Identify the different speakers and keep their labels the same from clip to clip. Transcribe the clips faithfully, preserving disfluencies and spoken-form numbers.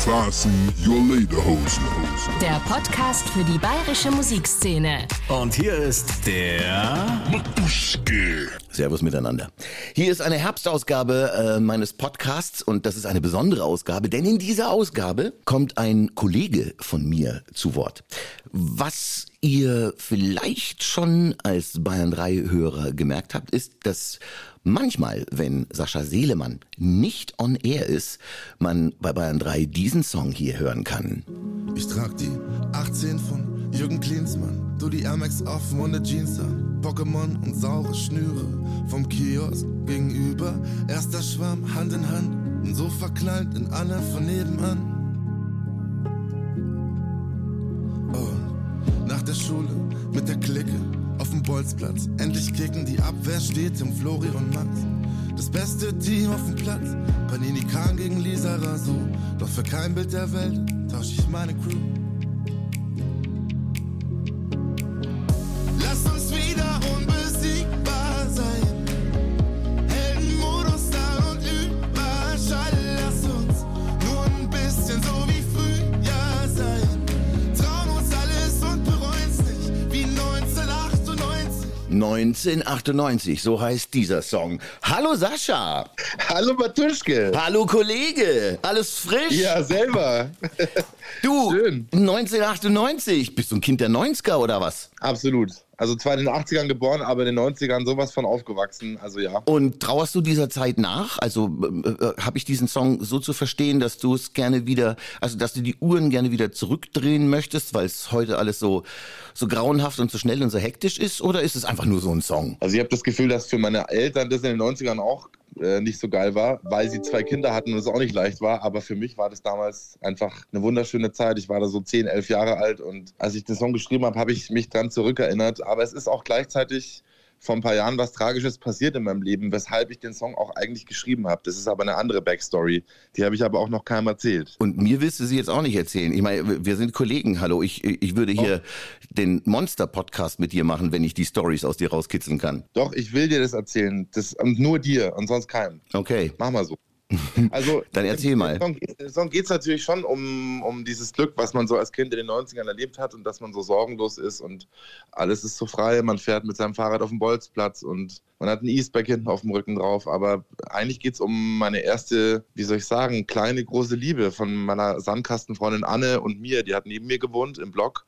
Speaker 1: Fasten your lederhosen.
Speaker 2: Der Podcast für die bayerische Musikszene.
Speaker 3: Und hier ist der
Speaker 1: Matuschke.
Speaker 4: Servus miteinander. Hier ist eine Herbstausgabe äh, meines Podcasts und das ist eine besondere Ausgabe, denn in dieser Ausgabe kommt ein Kollege von mir zu Wort. Was ihr vielleicht schon als Bayern drei Hörer gemerkt habt, ist, dass manchmal, wenn Sascha Selemann nicht on air ist, man bei Bayern drei diesen Song hier hören kann.
Speaker 5: Ich trag die achtzehn von Jürgen Klinsmann, du die Air Max offen und ne Jeans an, Pokémon und saure Schnüre vom Kiosk gegenüber, erster Schwamm Hand in Hand und so verkleidet in Anna von nebenan. Und nach der Schule mit der Clique auf dem Bolzplatz, endlich kicken, die Abwehr steht im Flori und Max. Das beste Team auf dem Platz, Panini Kahn gegen Lisa Razou. Doch für kein Bild der Welt tausch ich meine Crew. Lass uns wieder unbesiegbar sein. Heldenmodus da und überschall. Lass uns nur ein bisschen so wie früher sein. Trauen uns alles und bereuen nicht wie neunzehnhundertachtundneunzig.
Speaker 4: neunzehnhundertachtundneunzig, so heißt dieser Song. Hallo Sascha.
Speaker 6: Hallo Matuschke.
Speaker 4: Hallo Kollege. Alles frisch?
Speaker 6: Ja, selber.
Speaker 4: Du,
Speaker 6: Schön.
Speaker 4: neunzehnhundertachtundneunzig, bist du ein Kind der neunziger oder was?
Speaker 6: Absolut. Also zwar in den achtzigern geboren, aber in den neunzigern sowas von aufgewachsen. Also ja.
Speaker 4: Und trauerst du dieser Zeit nach? Also äh, äh, habe ich diesen Song so zu verstehen, dass du es gerne wieder, also dass du die Uhren gerne wieder zurückdrehen möchtest, weil es heute alles so so grauenhaft und so schnell und so hektisch ist? Oder ist es einfach nur so ein Song?
Speaker 6: Also ich habe das Gefühl, dass für meine Eltern das in den neunzigern auch äh, nicht so geil war, weil sie zwei Kinder hatten und es auch nicht leicht war. Aber für mich war das damals einfach eine wunderschöne Zeit. Ich war da so zehn, elf Jahre alt und als ich den Song geschrieben habe, habe ich mich dran zurückerinnert. Aber es ist auch gleichzeitig vor ein paar Jahren was Tragisches passiert in meinem Leben, weshalb ich den Song auch eigentlich geschrieben habe. Das ist aber eine andere Backstory. Die habe ich aber auch noch keinem erzählt.
Speaker 4: Und mir willst du sie jetzt auch nicht erzählen. Ich meine, wir sind Kollegen, hallo. Ich, ich würde hier oh. den Monster-Podcast mit dir machen, wenn ich die Storys aus dir rauskitzeln kann.
Speaker 6: Doch, ich will dir das erzählen. Das, und nur dir und sonst keinem.
Speaker 4: Okay.
Speaker 6: Mach mal so. Also,
Speaker 4: dann erzähl mal.
Speaker 6: Im Song, im Song geht es natürlich schon um, um dieses Glück, was man so als Kind in den neunzigern erlebt hat und dass man so sorgenlos ist und alles ist so frei. Man fährt mit seinem Fahrrad auf dem Bolzplatz und man hat ein E-Spec hinten auf dem Rücken drauf. Aber eigentlich geht es um meine erste, wie soll ich sagen, kleine, große Liebe von meiner Sandkastenfreundin Anne und mir. Die hat neben mir gewohnt im Block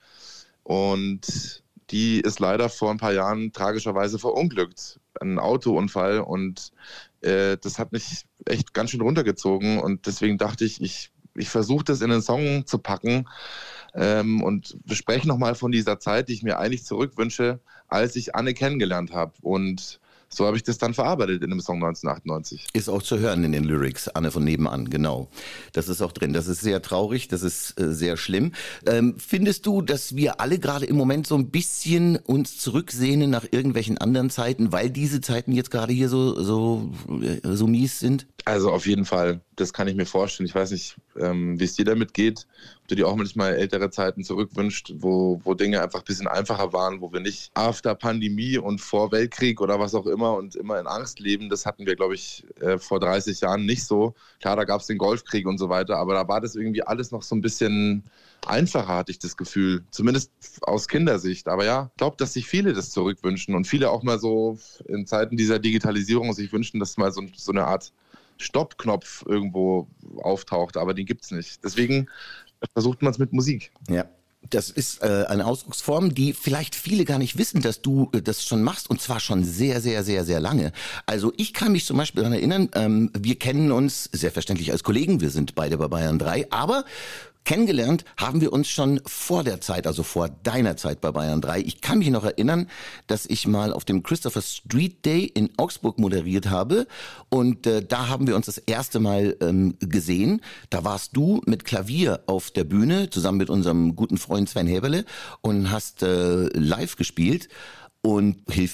Speaker 6: und die ist leider vor ein paar Jahren tragischerweise verunglückt. Ein Autounfall und äh, das hat mich echt ganz schön runtergezogen und deswegen dachte ich, ich, ich versuche das in einen Song zu packen ähm, und spreche nochmal von dieser Zeit, die ich mir eigentlich zurückwünsche, als ich Anne kennengelernt habe und so habe ich das dann verarbeitet in dem Song neunzehnhundertachtundneunzig.
Speaker 4: Ist auch zu hören in den Lyrics, Anne von nebenan, genau. Das ist auch drin. Das ist sehr traurig, das ist äh, sehr schlimm. Ähm, findest du, dass wir alle gerade im Moment so ein bisschen uns zurücksehnen nach irgendwelchen anderen Zeiten, weil diese Zeiten jetzt gerade hier so, so, äh, so mies sind?
Speaker 6: Also auf jeden Fall, das kann ich mir vorstellen. Ich weiß nicht, ähm, wie es dir damit geht, ob du dir auch manchmal ältere Zeiten zurückwünscht, wo, wo Dinge einfach ein bisschen einfacher waren, wo wir nicht after Pandemie und vor Weltkrieg oder was auch immer und immer in Angst leben. Das hatten wir, glaube ich, äh, vor dreißig Jahren nicht so. Klar, da gab es den Golfkrieg und so weiter, aber da war das irgendwie alles noch so ein bisschen einfacher, hatte ich das Gefühl. Zumindest aus Kindersicht. Aber ja, ich glaube, dass sich viele das zurückwünschen und viele auch mal so in Zeiten dieser Digitalisierung sich wünschen, dass mal so, so eine Art Stoppknopf irgendwo auftaucht, aber den gibt's nicht. Deswegen versucht man es mit Musik.
Speaker 4: Ja. Das ist äh, eine Ausdrucksform, die vielleicht viele gar nicht wissen, dass du äh, das schon machst und zwar schon sehr, sehr, sehr, sehr lange. Also ich kann mich zum Beispiel daran erinnern, ähm, wir kennen uns selbstverständlich als Kollegen, wir sind beide bei Bayern drei, aber kennengelernt haben wir uns schon vor der Zeit, also vor deiner Zeit bei Bayern drei. Ich kann mich noch erinnern, dass ich mal auf dem Christopher Street Day in Augsburg moderiert habe und äh, da haben wir uns das erste Mal ähm, gesehen. Da warst du mit Klavier auf der Bühne zusammen mit unserem guten Freund Sven Häberle und hast äh, live gespielt. Und hilf mir,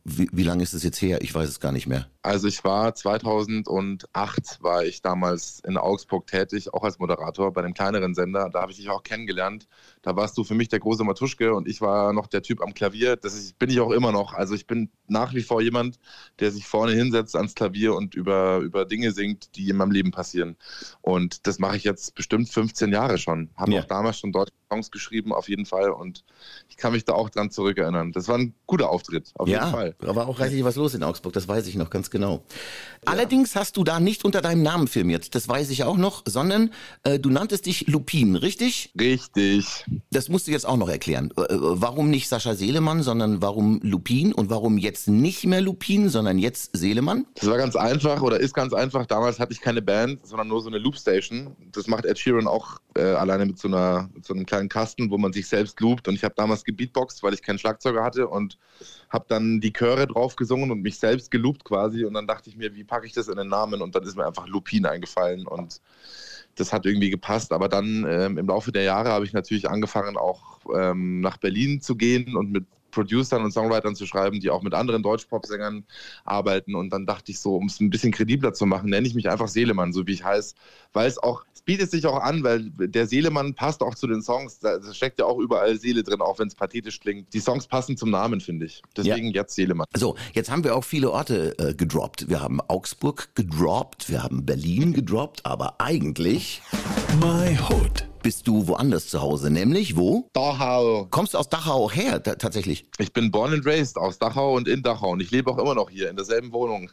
Speaker 4: wie, wie lange ist es jetzt her? Ich weiß es gar nicht mehr.
Speaker 6: Also ich war zweitausendacht, war ich damals in Augsburg tätig, auch als Moderator bei einem kleineren Sender. Da habe ich dich auch kennengelernt. Da warst du für mich der große Matuschke und ich war noch der Typ am Klavier. Das ist, bin ich auch immer noch. Also ich bin nach wie vor jemand, der sich vorne hinsetzt ans Klavier und über, über Dinge singt, die in meinem Leben passieren. Und das mache ich jetzt bestimmt fünfzehn Jahre schon. Habe
Speaker 4: Ja.
Speaker 6: auch damals schon deutsche Songs geschrieben, auf jeden Fall. Und ich kann mich da auch dran zurückerinnern. Das war ein guter Auftritt, auf jeden
Speaker 4: Ja,
Speaker 6: Fall.
Speaker 4: da war auch reichlich was los in Augsburg, das weiß ich noch ganz genau. Allerdings hast du da nicht unter deinem Namen firmiert, das weiß ich auch noch, sondern äh, du nanntest dich Lupin, richtig?
Speaker 6: Richtig.
Speaker 4: Das musst du jetzt auch noch erklären. Äh, warum nicht Sascha Selemann, sondern warum Lupin und warum jetzt nicht mehr Lupin, sondern jetzt Selemann?
Speaker 6: Das war ganz einfach oder ist ganz einfach. Damals hatte ich keine Band, sondern nur so eine Loopstation. Das macht Ed Sheeran auch äh, alleine mit so, einer, mit so einem kleinen Kasten, wo man sich selbst loopt. Und ich habe damals gebeatboxt, weil ich keinen Schlagzeuger hatte und habe dann die Chöre drauf gesungen und mich selbst geloopt quasi. Und dann dachte ich mir, wie packe ich das in den Namen? Und dann ist mir einfach Lupin eingefallen und das hat irgendwie gepasst. Aber dann ähm, im Laufe der Jahre habe ich natürlich angefangen, auch ähm, nach Berlin zu gehen und mit Producern und Songwritern zu schreiben, die auch mit anderen Deutsch-Pop-Sängern arbeiten. Und dann dachte ich so, um es ein bisschen kredibler zu machen, nenne ich mich einfach Selemann, so wie ich heiße. Weil es auch, es bietet sich auch an, weil der Selemann passt auch zu den Songs. Da steckt ja auch überall Seele drin, auch wenn es pathetisch klingt. Die Songs passen zum Namen, finde ich. Deswegen ja. Jetzt Selemann.
Speaker 4: So, jetzt haben wir auch viele Orte äh, gedroppt. Wir haben Augsburg gedroppt, wir haben Berlin gedroppt, aber eigentlich
Speaker 3: My Hood.
Speaker 4: bist du woanders zu Hause, nämlich wo?
Speaker 6: Dachau.
Speaker 4: Kommst du aus Dachau her, t- tatsächlich?
Speaker 6: Ich bin born and raised aus Dachau und in Dachau und ich lebe auch immer noch hier in derselben Wohnung.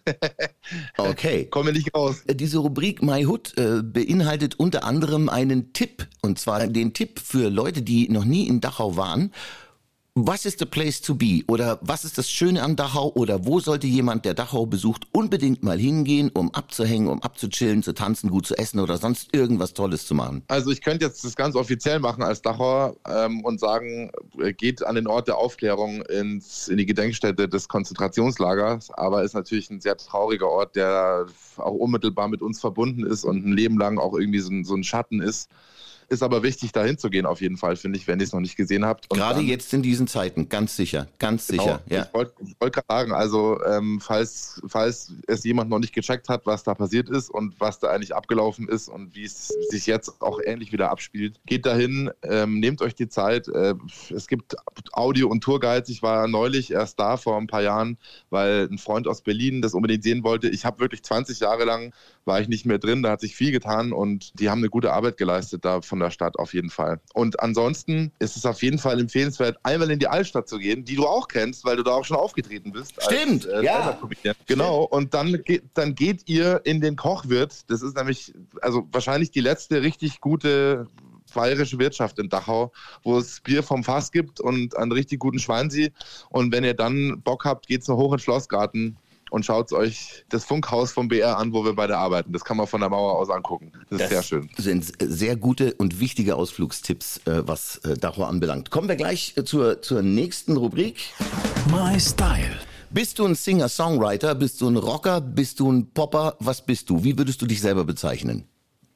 Speaker 4: Okay.
Speaker 6: Komme nicht raus.
Speaker 4: Diese Rubrik My Hood äh, beinhaltet unter anderem einen Tipp, und zwar den Tipp für Leute, die noch nie in Dachau waren. Was ist the place to be? Oder was ist das Schöne an Dachau? Oder wo sollte jemand, der Dachau besucht, unbedingt mal hingehen, um abzuhängen, um abzuchillen, zu tanzen, gut zu essen oder sonst irgendwas Tolles zu machen?
Speaker 6: Also ich könnte jetzt das ganz offiziell machen als Dachauer ähm, und sagen, äh, geht an den Ort der Aufklärung ins, in die Gedenkstätte des Konzentrationslagers, aber ist natürlich ein sehr trauriger Ort, der auch unmittelbar mit uns verbunden ist und ein Leben lang auch irgendwie so ein, so ein Schatten ist. Ist aber wichtig, da hinzugehen auf jeden Fall, finde ich, wenn ihr es noch nicht gesehen habt. Und
Speaker 4: Gerade
Speaker 6: dann,
Speaker 4: jetzt in diesen Zeiten, ganz sicher, ganz sicher.
Speaker 6: Genau,
Speaker 4: Ja.
Speaker 6: ich wollte wollt gerade sagen, also ähm, falls, falls es jemand noch nicht gecheckt hat, was da passiert ist und was da eigentlich abgelaufen ist und wie es sich jetzt auch ähnlich wieder abspielt, geht dahin, ähm, nehmt euch die Zeit. Äh, es gibt Audio- und Tourguides. Ich war neulich erst da vor ein paar Jahren, weil ein Freund aus Berlin das unbedingt sehen wollte. Ich habe wirklich zwanzig Jahre lang, war ich nicht mehr drin, da hat sich viel getan und die haben eine gute Arbeit geleistet da von der Stadt auf jeden Fall. Und ansonsten ist es auf jeden Fall empfehlenswert, einmal in die Altstadt zu gehen, die du auch kennst, weil du da auch schon aufgetreten bist.
Speaker 4: Stimmt,
Speaker 6: als, äh,
Speaker 4: ja.
Speaker 6: Stand-up-Comedian. Genau, und dann, ge- dann geht ihr in den Kochwirt. Das ist nämlich also wahrscheinlich die letzte richtig gute bayerische Wirtschaft in Dachau, wo es Bier vom Fass gibt und einen richtig guten Schweinsee. Und wenn ihr dann Bock habt, geht's noch hoch in den Schlossgarten und schaut euch das Funkhaus vom B R an, wo wir beide arbeiten. Das kann man von der Mauer aus angucken. Das, das ist sehr schön.
Speaker 4: Sind sehr gute und wichtige Ausflugstipps, äh, was äh, Dachau anbelangt. Kommen wir gleich äh, zur, zur nächsten Rubrik.
Speaker 3: My Style.
Speaker 4: Bist du ein Singer-Songwriter? Bist du ein Rocker? Bist du ein Popper? Was bist du? Wie würdest du dich selber bezeichnen?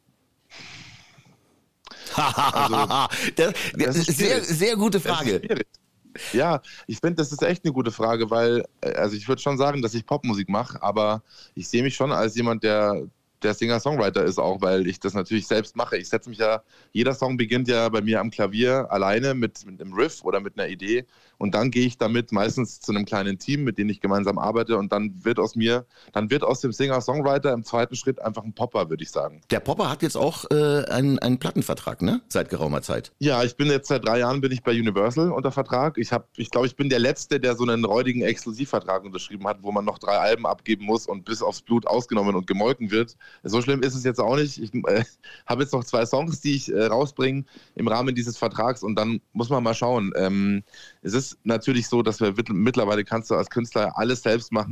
Speaker 6: Also,
Speaker 4: das, das
Speaker 6: das ist
Speaker 4: ist sehr,
Speaker 6: schwierig.
Speaker 4: sehr gute
Speaker 6: Das ist
Speaker 4: Frage.
Speaker 6: schwierig. Ja, ich finde, das ist echt eine gute Frage, weil, äh, also ich würde schon sagen, dass ich Popmusik mache, aber ich sehe mich schon als jemand, der, der Singer-Songwriter ist auch, weil ich das natürlich selbst mache. Ich setze mich ja, jeder Song beginnt ja bei mir am Klavier alleine mit, mit einem Riff oder mit einer Idee und dann gehe ich damit meistens zu einem kleinen Team, mit dem ich gemeinsam arbeite und dann wird aus mir, dann wird aus dem Singer-Songwriter im zweiten Schritt einfach ein Popper, würde ich sagen.
Speaker 4: Der Popper hat jetzt auch äh, einen, einen Plattenvertrag, ne? Seit geraumer Zeit.
Speaker 6: Ja, ich bin jetzt seit drei Jahren bin ich bei Universal unter Vertrag. Ich habe, ich glaube, ich bin der Letzte, der so einen räudigen Exklusivvertrag unterschrieben hat, wo man noch drei Alben abgeben muss und bis aufs Blut ausgenommen und gemolken wird. So schlimm ist es jetzt auch nicht. Ich äh, habe jetzt noch zwei Songs, die ich äh, rausbringe im Rahmen dieses Vertrags und dann muss man mal schauen. Ähm, es ist natürlich so, dass wir mittlerweile kannst du als Künstler alles selbst machen.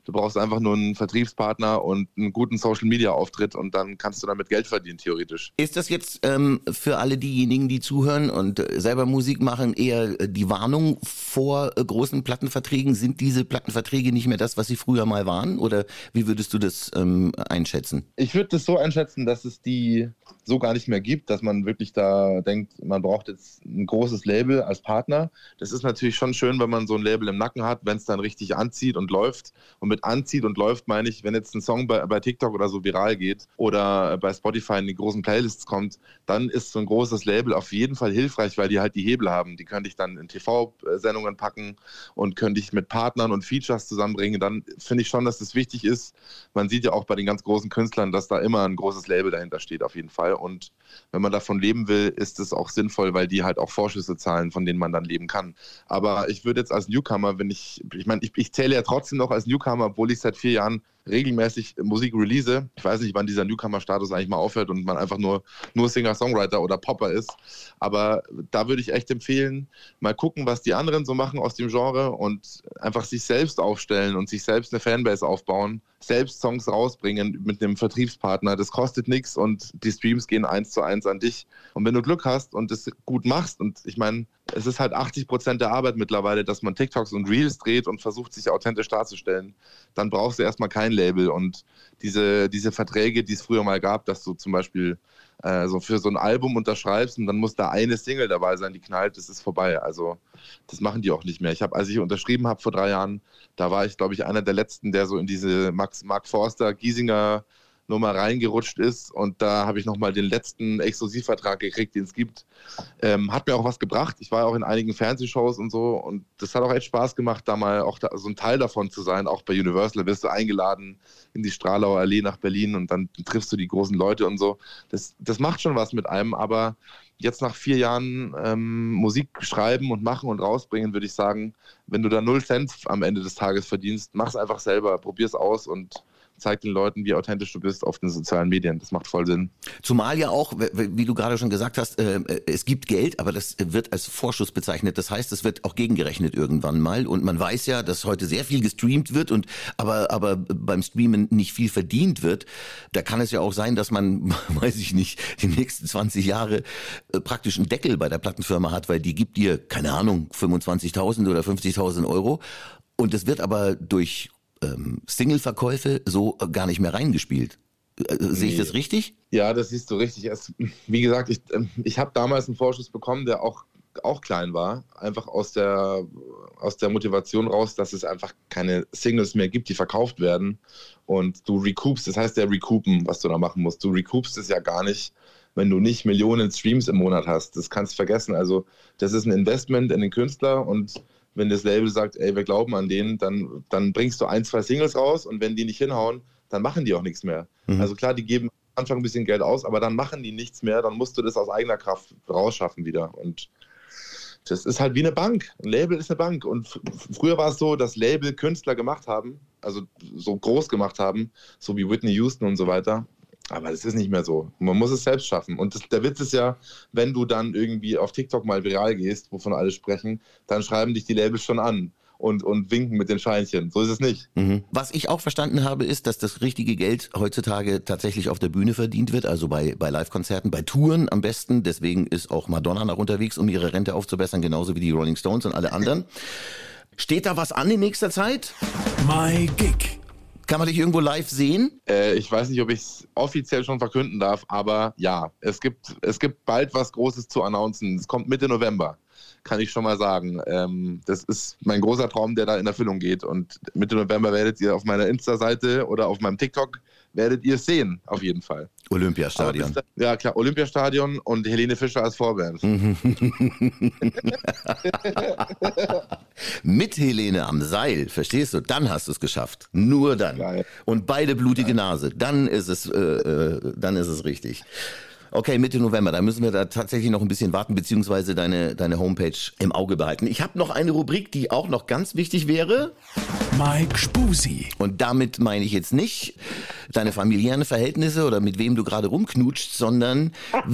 Speaker 6: Du brauchst einfach nur einen Vertriebspartner und einen guten Social-Media-Auftritt und dann kannst du damit Geld verdienen, theoretisch.
Speaker 4: Ist das jetzt ähm, für alle diejenigen, die zuhören und äh, selber Musik machen, eher äh, die Warnung vor äh, großen Plattenverträgen? Sind diese Plattenverträge nicht mehr das, was sie früher mal waren? Oder wie würdest du das ähm, einschätzen?
Speaker 6: Ich würde das so einschätzen, dass es die so gar nicht mehr gibt, dass man wirklich da denkt, man braucht jetzt ein großes Label als Partner. Das ist natürlich schon schön, wenn man so ein Label im Nacken hat, wenn es dann richtig anzieht und läuft. Und mit anzieht und läuft meine ich, wenn jetzt ein Song bei, bei TikTok oder so viral geht oder bei Spotify in die großen Playlists kommt, dann ist so ein großes Label auf jeden Fall hilfreich, weil die halt die Hebel haben. Die können dich dann in T V-Sendungen packen und können dich mit Partnern und Features zusammenbringen. Dann finde ich schon, dass das wichtig ist. Man sieht ja auch bei den ganz großen Künstlern, dass da immer ein großes Label dahinter steht, auf jeden Fall. Und wenn man davon leben will, ist es auch sinnvoll, weil die halt auch Vorschüsse zahlen, von denen man dann leben kann. Aber ich würde jetzt als Newcomer, wenn ich, ich meine, ich, ich zähle ja trotzdem noch als Newcomer, obwohl ich seit vier Jahren regelmäßig Musik release. Ich weiß nicht, wann dieser Newcomer-Status eigentlich mal aufhört und man einfach nur, nur Singer-Songwriter oder Popper ist. Aber da würde ich echt empfehlen, mal gucken, was die anderen so machen aus dem Genre und einfach sich selbst aufstellen und sich selbst eine Fanbase aufbauen, selbst Songs rausbringen mit einem Vertriebspartner. Das kostet nichts und die Streams gehen eins zu eins an dich. Und wenn du Glück hast und das gut machst, und ich meine, es ist halt achtzig Prozent der Arbeit mittlerweile, dass man TikToks und Reels dreht und versucht, sich authentisch darzustellen, dann brauchst du erstmal kein Label. Und diese, diese Verträge, die es früher mal gab, dass du zum Beispiel äh, so für so ein Album unterschreibst und dann muss da eine Single dabei sein, die knallt, das ist vorbei. Also das machen die auch nicht mehr. Ich habe, als ich unterschrieben habe vor drei Jahren, da war ich, glaube ich, einer der Letzten, der so in diese Max, Mark Forster, Giesinger Nummer reingerutscht ist und da habe ich nochmal den letzten Exklusivvertrag gekriegt, den es gibt. Ähm, hat mir auch was gebracht. Ich war auch in einigen Fernsehshows und so und das hat auch echt Spaß gemacht, da mal auch da, so ein Teil davon zu sein. Auch bei Universal wirst du eingeladen in die Stralauer Allee nach Berlin und dann triffst du die großen Leute und so. Das, das macht schon was mit einem, aber jetzt nach vier Jahren ähm, Musik schreiben und machen und rausbringen, würde ich sagen, wenn du da null Cent am Ende des Tages verdienst, mach's einfach selber, probier's aus und zeig den Leuten, wie authentisch du bist auf den sozialen Medien. Das macht voll Sinn.
Speaker 4: Zumal ja auch, wie du gerade schon gesagt hast, äh, es gibt Geld, aber das wird als Vorschuss bezeichnet. Das heißt, es wird auch gegengerechnet irgendwann mal. Und man weiß ja, dass heute sehr viel gestreamt wird und aber, aber beim Streamen nicht viel verdient wird. Da kann es ja auch sein, dass man, weiß ich nicht, die nächsten zwanzig Jahre äh, praktisch einen Deckel bei der Plattenfirma hat, weil die gibt dir, keine Ahnung, fünfundzwanzigtausend oder fünfzigtausend Euro. Und es wird aber durch Ähm, Single-Verkäufe so gar nicht mehr reingespielt. Äh, sehe ich das richtig?
Speaker 6: Ja, das siehst du richtig. Es, wie gesagt, ich, ich habe damals einen Vorschuss bekommen, der auch, auch klein war. Einfach aus der, aus der Motivation raus, dass es einfach keine Singles mehr gibt, die verkauft werden. Und du recoupst, das heißt ja recoupen, was du da machen musst. Du recoupst es ja gar nicht, wenn du nicht Millionen Streams im Monat hast. Das kannst du vergessen. Also das ist ein Investment in den Künstler und wenn das Label sagt, ey, wir glauben an denen, dann, dann bringst du ein, zwei Singles raus und wenn die nicht hinhauen, dann machen die auch nichts mehr. Mhm. Also klar, die geben am Anfang ein bisschen Geld aus, aber dann machen die nichts mehr, dann musst du das aus eigener Kraft rausschaffen wieder. Und das ist halt wie eine Bank. Ein Label ist eine Bank. Und f- früher war es so, dass Label Künstler gemacht haben, also so groß gemacht haben, so wie Whitney Houston und so weiter. Aber das ist nicht mehr so. Man muss es selbst schaffen. Und das, der Witz ist ja, wenn du dann irgendwie auf TikTok mal viral gehst, wovon alle sprechen, dann schreiben dich die Labels schon an und, und winken mit den Scheinchen. So ist es nicht.
Speaker 4: Mhm. Was ich auch verstanden habe, ist, dass das richtige Geld heutzutage tatsächlich auf der Bühne verdient wird, also bei, bei Live-Konzerten, bei Touren am besten. Deswegen ist auch Madonna noch unterwegs, um ihre Rente aufzubessern, genauso wie die Rolling Stones und alle anderen. Steht da was an in nächster Zeit?
Speaker 3: My Gig.
Speaker 4: Kann man dich irgendwo live sehen?
Speaker 6: Äh, ich weiß nicht, ob ich es offiziell schon verkünden darf, aber ja, es gibt, es gibt bald was Großes zu announcen. Es kommt Mitte November, kann ich schon mal sagen. Ähm, das ist mein großer Traum, der da in Erfüllung geht. Und Mitte November werdet ihr auf meiner Insta-Seite oder auf meinem TikTok werdet ihr es sehen, auf jeden Fall.
Speaker 4: Olympiastadion.
Speaker 6: Da, ja klar, Olympiastadion und Helene Fischer als Vorband.
Speaker 4: Mit Helene am Seil, verstehst du? Dann hast du es geschafft. Nur dann.
Speaker 6: Geil.
Speaker 4: Und beide blutige Nase. Dann ist es, äh, äh, dann ist es richtig. Okay, Mitte November, da müssen wir da tatsächlich noch ein bisschen warten, beziehungsweise deine, deine Homepage im Auge behalten. Ich habe noch eine Rubrik, die auch noch ganz wichtig wäre.
Speaker 3: Mike Spusi.
Speaker 4: Und damit meine ich jetzt nicht deine familiären Verhältnisse oder mit wem du gerade rumknutscht, sondern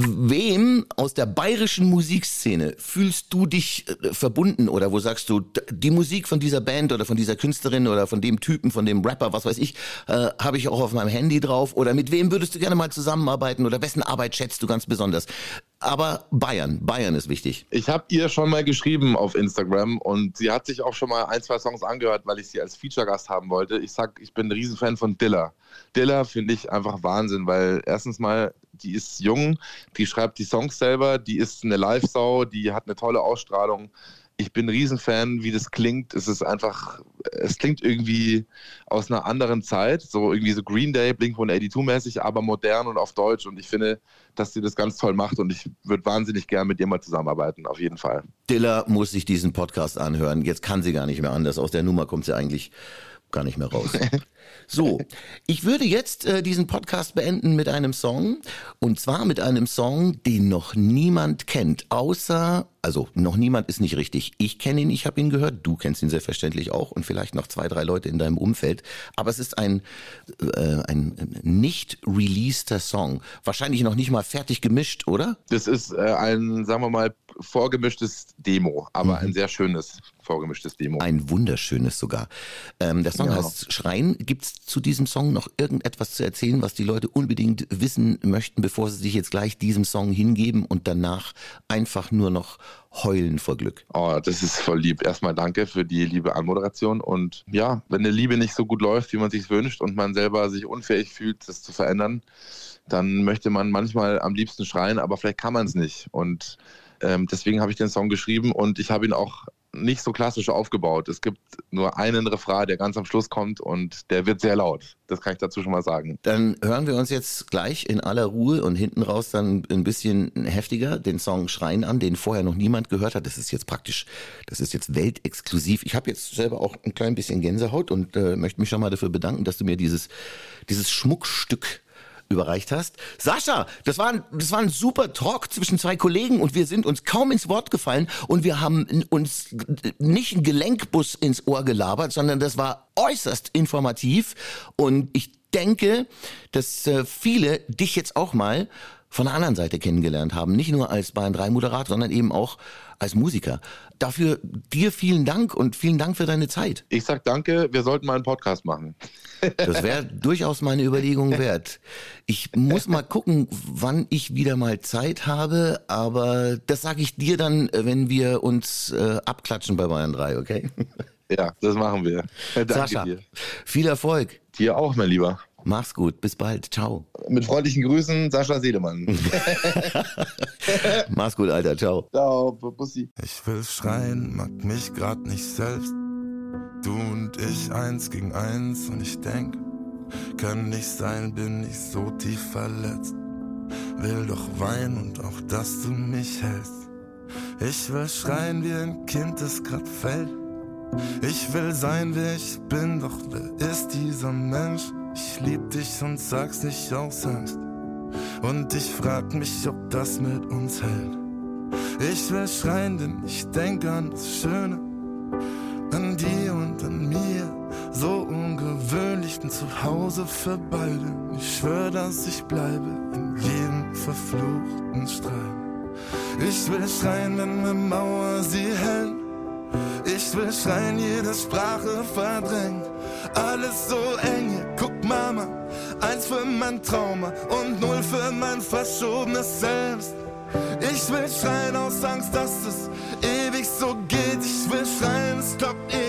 Speaker 4: wem aus der bayerischen Musikszene fühlst du dich äh, verbunden oder wo sagst du, die Musik von dieser Band oder von dieser Künstlerin oder von dem Typen, von dem Rapper, was weiß ich, äh, habe ich auch auf meinem Handy drauf oder mit wem würdest du gerne mal zusammenarbeiten oder wessen Arbeit schätzt du ganz besonders? Aber Bayern, Bayern ist wichtig.
Speaker 6: Ich habe ihr schon mal geschrieben auf Instagram und sie hat sich auch schon mal ein, zwei Songs angehört, weil ich sie als Feature-Gast haben wollte. Ich sag, ich bin ein Riesenfan von Dilla. Dilla finde ich einfach Wahnsinn, weil erstens mal, die ist jung, die schreibt die Songs selber, die ist eine Live-Sau, die hat eine tolle Ausstrahlung. Ich bin ein Riesenfan, wie das klingt. Es ist einfach, es klingt irgendwie aus einer anderen Zeit, so irgendwie so Green Day, Blink hundertzweiundachtzig mäßig, aber modern und auf Deutsch. Und ich finde, dass sie das ganz toll macht und ich würde wahnsinnig gern mit ihr mal zusammenarbeiten, auf jeden Fall.
Speaker 4: Dilla muss sich diesen Podcast anhören. Jetzt kann sie gar nicht mehr anders. Aus der Nummer kommt sie eigentlich gar nicht mehr raus. So, ich würde jetzt äh, diesen Podcast beenden mit einem Song. Und zwar mit einem Song, den noch niemand kennt. Außer, also noch niemand ist nicht richtig. Ich kenne ihn, ich habe ihn gehört. Du kennst ihn selbstverständlich auch. Und vielleicht noch zwei, drei Leute in deinem Umfeld. Aber es ist ein, äh, ein nicht releaster Song. Wahrscheinlich noch nicht mal fertig gemischt, oder?
Speaker 6: Das ist äh, ein, sagen wir mal, vorgemischtes Demo. Aber mhm. ein sehr schönes vorgemischtes Demo.
Speaker 4: Ein wunderschönes sogar. Ähm, der Song
Speaker 6: ja.
Speaker 4: heißt Schreien. Gibt es zu diesem Song noch irgendetwas zu erzählen, was die Leute unbedingt wissen möchten, bevor sie sich jetzt gleich diesem Song hingeben und danach einfach nur noch heulen vor Glück?
Speaker 6: Oh, das ist voll lieb. Erstmal danke für die liebe Anmoderation. Und ja, wenn eine Liebe nicht so gut läuft, wie man sich wünscht und man selber sich unfähig fühlt, das zu verändern, dann möchte man manchmal am liebsten schreien, aber vielleicht kann man es nicht. Und ähm, deswegen habe ich den Song geschrieben und ich habe ihn auch nicht so klassisch aufgebaut. Es gibt nur einen Refrain, der ganz am Schluss kommt und der wird sehr laut. Das kann ich dazu schon mal sagen.
Speaker 4: Dann hören wir uns jetzt gleich in aller Ruhe und hinten raus dann ein bisschen heftiger den Song Schreien an, den vorher noch niemand gehört hat. Das ist jetzt praktisch, das ist jetzt weltexklusiv. Ich habe jetzt selber auch ein klein bisschen Gänsehaut und äh, möchte mich schon mal dafür bedanken, dass du mir dieses, dieses Schmuckstück überreicht hast. Sascha, das war, ein, das war ein super Talk zwischen zwei Kollegen und wir sind uns kaum ins Wort gefallen und wir haben uns nicht einen Gelenkbus ins Ohr gelabert, sondern das war äußerst informativ und ich denke, dass äh, viele dich jetzt auch mal von der anderen Seite kennengelernt haben. Nicht nur als Bayern drei Moderator, sondern eben auch als Musiker. Dafür dir vielen Dank und vielen Dank für deine Zeit.
Speaker 6: Ich sag danke, wir sollten mal einen Podcast machen.
Speaker 4: Das wäre durchaus meine Überlegung wert. Ich muss mal gucken, wann ich wieder mal Zeit habe, aber das sage ich dir dann, wenn wir uns äh, abklatschen bei Bayern drei, okay?
Speaker 6: Ja, das machen wir. Danke
Speaker 4: Sascha,
Speaker 6: dir.
Speaker 4: Viel Erfolg.
Speaker 6: Dir auch, mein Lieber.
Speaker 4: Mach's gut, bis bald, ciao.
Speaker 6: Mit freundlichen Grüßen, Sascha Seelemann.
Speaker 4: Mach's gut, Alter, ciao.
Speaker 6: Ciao, Bussi.
Speaker 5: Ich will schreien, mag mich grad nicht selbst. Du und ich eins gegen eins und ich denk, kann nicht sein, bin ich so tief verletzt. Will doch weinen und auch, dass du mich hältst. Ich will schreien wie ein Kind, das grad fällt. Ich will sein, wer ich bin, doch wer ist dieser Mensch? Ich lieb dich und sag's nicht aus Angst. Und ich frag mich, ob das mit uns hält. Ich will schreien, denn ich denk an das Schöne, an dir und an mir. So ungewöhnlich, denn zu Hause für beide. Ich schwör, dass ich bleibe in jedem verfluchten Streit. Ich will schreien, wenn eine Mauer sie hält. Ich will schreien, jede Sprache verdrängt. Alles so eng, hier, guck Mama. Eins für mein Trauma und null für mein verschobenes Selbst. Ich will schreien aus Angst, dass es ewig so geht. Ich will schreien, es klappt